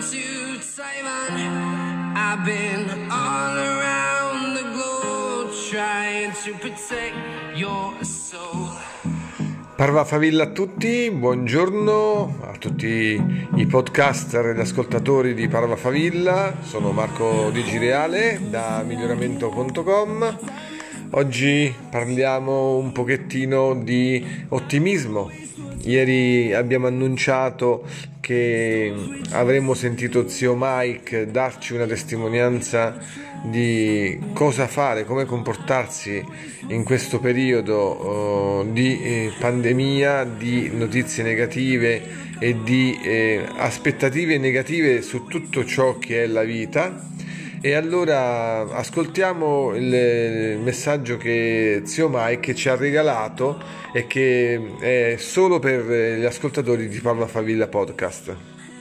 to Taiwan. I've been all around the globe trying to protect your soul. Parva Favilla a tutti, buongiorno a tutti i podcaster ed ascoltatori di Parva Favilla. Sono Marco Di Gireale da miglioramento.com. Oggi parliamo un pochettino di ottimismo. Ieri abbiamo annunciato che avremmo sentito zio Mike darci una testimonianza di cosa fare, come comportarsi in questo periodo di pandemia, di notizie negative e di aspettative negative su tutto ciò che è la vita. E allora ascoltiamo il messaggio che zio Mike ci ha regalato e che è solo per gli ascoltatori di Parva Favilla Podcast.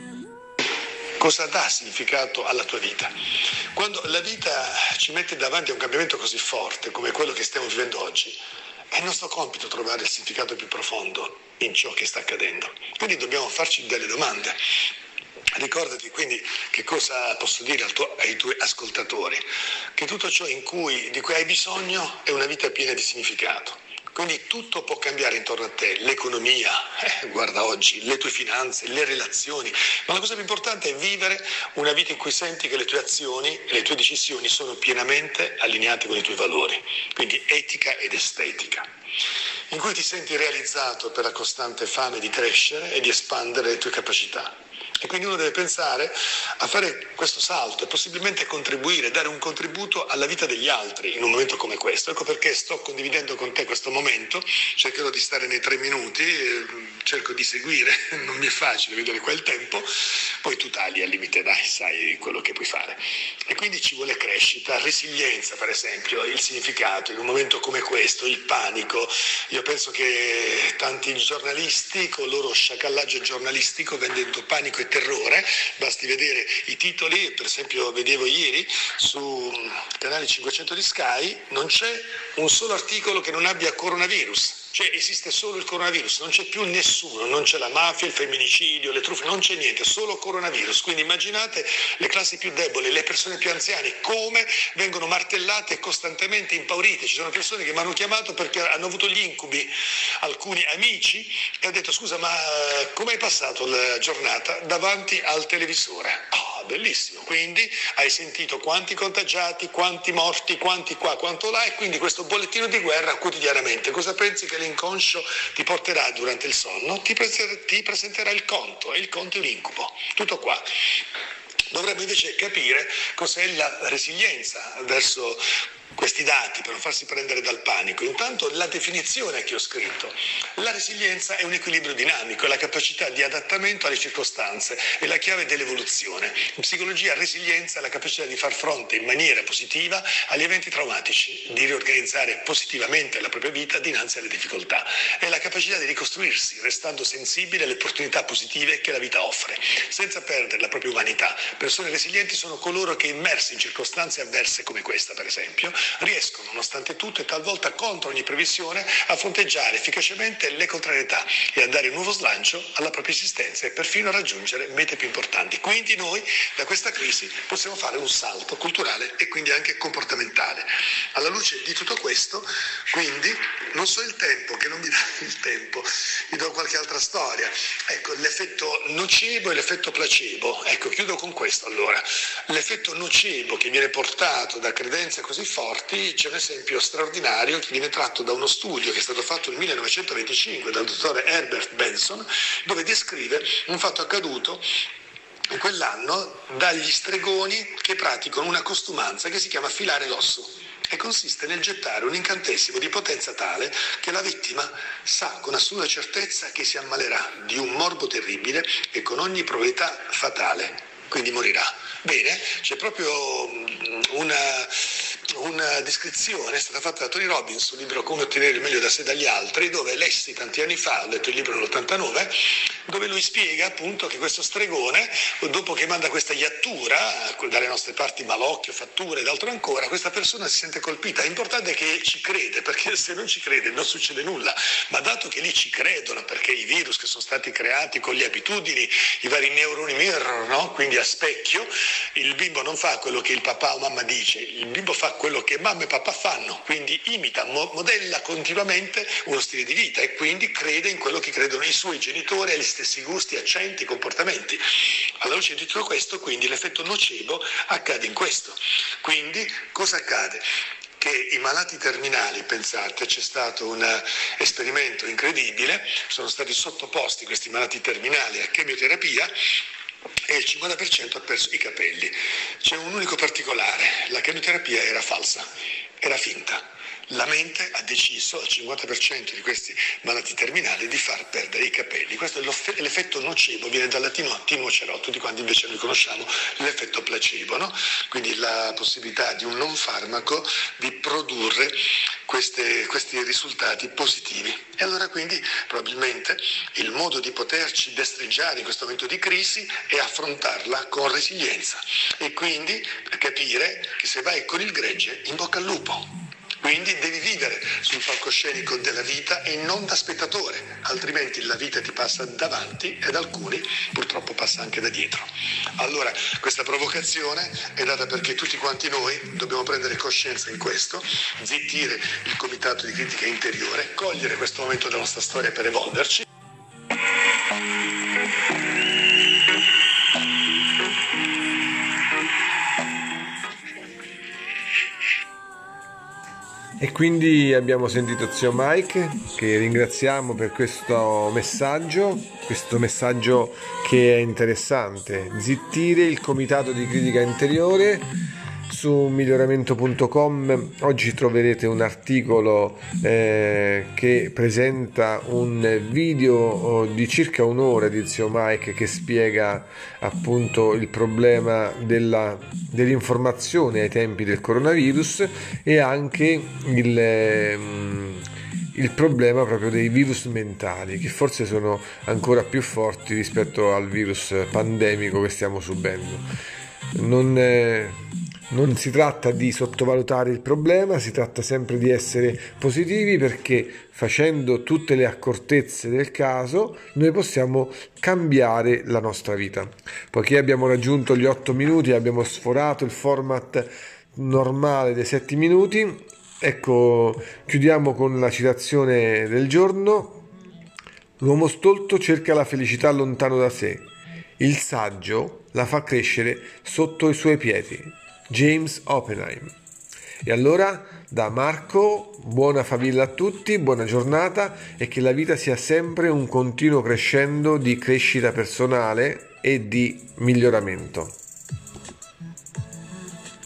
Cosa dà significato alla tua vita? Quando la vita ci mette davanti a un cambiamento così forte come quello che stiamo vivendo oggi, è il nostro compito trovare il significato più profondo in ciò che sta accadendo. Quindi dobbiamo farci delle domande. Ricordati quindi che cosa posso dire ai tuoi ascoltatori, che tutto ciò di cui hai bisogno è una vita piena di significato. Quindi tutto può cambiare intorno a te, l'economia, guarda oggi, le tue finanze, le relazioni, ma la cosa più importante è vivere una vita in cui senti che le tue azioni e le tue decisioni sono pienamente allineate con i tuoi valori, quindi etica ed estetica, in cui ti senti realizzato per la costante fame di crescere e di espandere le tue capacità. E quindi uno deve pensare a fare questo salto e possibilmente contribuire, dare un contributo alla vita degli altri in un momento come questo. Ecco perché sto condividendo con te questo momento, cercherò di stare nei 3 minuti, cerco di seguire, non mi è facile vedere quel tempo, poi tu tagli al limite, dai, sai quello che puoi fare. E quindi ci vuole crescita, resilienza per esempio, il significato in un momento come questo, il panico. Io penso che tanti giornalisti con il loro sciacallaggio giornalistico vendendo panico e terrore, basti vedere i titoli, per esempio vedevo ieri su canale 500 di Sky, non c'è un solo articolo che non abbia coronavirus. Cioè esiste solo il coronavirus, non c'è più nessuno, non c'è la mafia, il femminicidio, le truffe, non c'è niente, solo coronavirus. Quindi immaginate le classi più deboli, le persone più anziane, come vengono martellate e costantemente impaurite. Ci sono persone che mi hanno chiamato perché hanno avuto gli incubi, alcuni amici, e hanno detto scusa ma come hai passato la giornata davanti al televisore? Bellissimo, quindi hai sentito quanti contagiati, quanti morti, quanti qua, quanto là, e quindi questo bollettino di guerra quotidianamente. Cosa pensi che l'inconscio ti porterà durante il sonno? Ti presenterà il conto, e il conto è un incubo, tutto qua. Dovremmo invece capire cos'è la resilienza verso questi dati per non farsi prendere dal panico. Intanto la definizione che ho scritto: la resilienza è un equilibrio dinamico, è la capacità di adattamento alle circostanze, è la chiave dell'evoluzione. In psicologia resilienza è la capacità di far fronte in maniera positiva agli eventi traumatici, di riorganizzare positivamente la propria vita dinanzi alle difficoltà, è la capacità di ricostruirsi restando sensibile alle opportunità positive che la vita offre, senza perdere la propria umanità. Persone resilienti sono coloro che, immersi in circostanze avverse come questa per esempio, riescono, nonostante tutto e talvolta contro ogni previsione, a fronteggiare efficacemente le contrarietà e a dare un nuovo slancio alla propria esistenza e perfino a raggiungere mete più importanti. Quindi noi da questa crisi possiamo fare un salto culturale e quindi anche comportamentale. Alla luce di tutto questo, quindi, non so il tempo, che non mi dà il tempo, vi do qualche altra storia. Ecco, l'effetto nocebo e l'effetto placebo. Ecco, chiudo con questo allora. L'effetto nocebo che viene portato da credenze così forti, c'è un esempio straordinario che viene tratto da uno studio che è stato fatto nel 1925 dal dottore Herbert Benson, dove descrive un fatto accaduto in quell'anno dagli stregoni che praticano una costumanza che si chiama filare l'osso, e consiste nel gettare un incantesimo di potenza tale che la vittima sa con assoluta certezza che si ammalerà di un morbo terribile e con ogni probabilità fatale, quindi morirà. Bene, c'è proprio una una descrizione, è stata fatta da Tony Robbins, un libro Come ottenere il meglio da sé e dagli altri, dove lessi tanti anni fa, ho letto il libro nell'89, dove lui spiega appunto che questo stregone, dopo che manda questa iattura, dalle nostre parti malocchio, fatture ed altro ancora, questa persona si sente colpita. È importante che ci crede, perché se non ci crede non succede nulla, ma dato che lì ci credono, perché i virus che sono stati creati con le abitudini, i vari neuroni mirror, no? Quindi a specchio, il bimbo non fa quello che il papà o mamma dice, il bimbo fa quello che mamma e papà fanno, quindi imita, modella continuamente uno stile di vita e quindi crede in quello che credono i suoi genitori, agli stessi gusti, accenti, comportamenti. Alla luce di tutto questo, quindi l'effetto nocebo accade in questo. Quindi cosa accade? Che i malati terminali, pensate, c'è stato un esperimento incredibile, sono stati sottoposti questi malati terminali a chemioterapia e il 50% ha perso i capelli. C'è un unico particolare: la chemioterapia era falsa, era finta. La mente ha deciso al 50% di questi malati terminali di far perdere i capelli. Questo è l'effetto nocebo, viene dal latino timocero, tutti quanti invece noi conosciamo l'effetto placebo, no? Quindi la possibilità di un non farmaco di produrre questi risultati positivi. E allora quindi probabilmente il modo di poterci destreggiare in questo momento di crisi è affrontarla con resilienza e quindi capire che se vai con il gregge, in bocca al lupo. Quindi devi vivere sul palcoscenico della vita e non da spettatore, altrimenti la vita ti passa davanti ed alcuni purtroppo passa anche da dietro. Allora questa provocazione è data perché tutti quanti noi dobbiamo prendere coscienza in questo, zittire il comitato di critica interiore, cogliere questo momento della nostra storia per evolverci. E quindi abbiamo sentito zio Mike, che ringraziamo per questo messaggio che è interessante. Zittire il comitato di critica interiore. Su miglioramento.com oggi troverete un articolo che presenta un video di circa un'ora di zio Mike che spiega appunto il problema dell'informazione ai tempi del coronavirus e anche il problema proprio dei virus mentali, che forse sono ancora più forti rispetto al virus pandemico che stiamo subendo. Non si tratta di sottovalutare il problema, si tratta sempre di essere positivi, perché facendo tutte le accortezze del caso noi possiamo cambiare la nostra vita. Poiché abbiamo raggiunto gli 8 minuti, abbiamo sforato il format normale dei 7 minuti, ecco, chiudiamo con la citazione del giorno. L'uomo stolto cerca la felicità lontano da sé, il saggio la fa crescere sotto i suoi piedi. James Oppenheim. E allora da Marco, buona favilla a tutti, buona giornata e che la vita sia sempre un continuo crescendo di crescita personale e di miglioramento.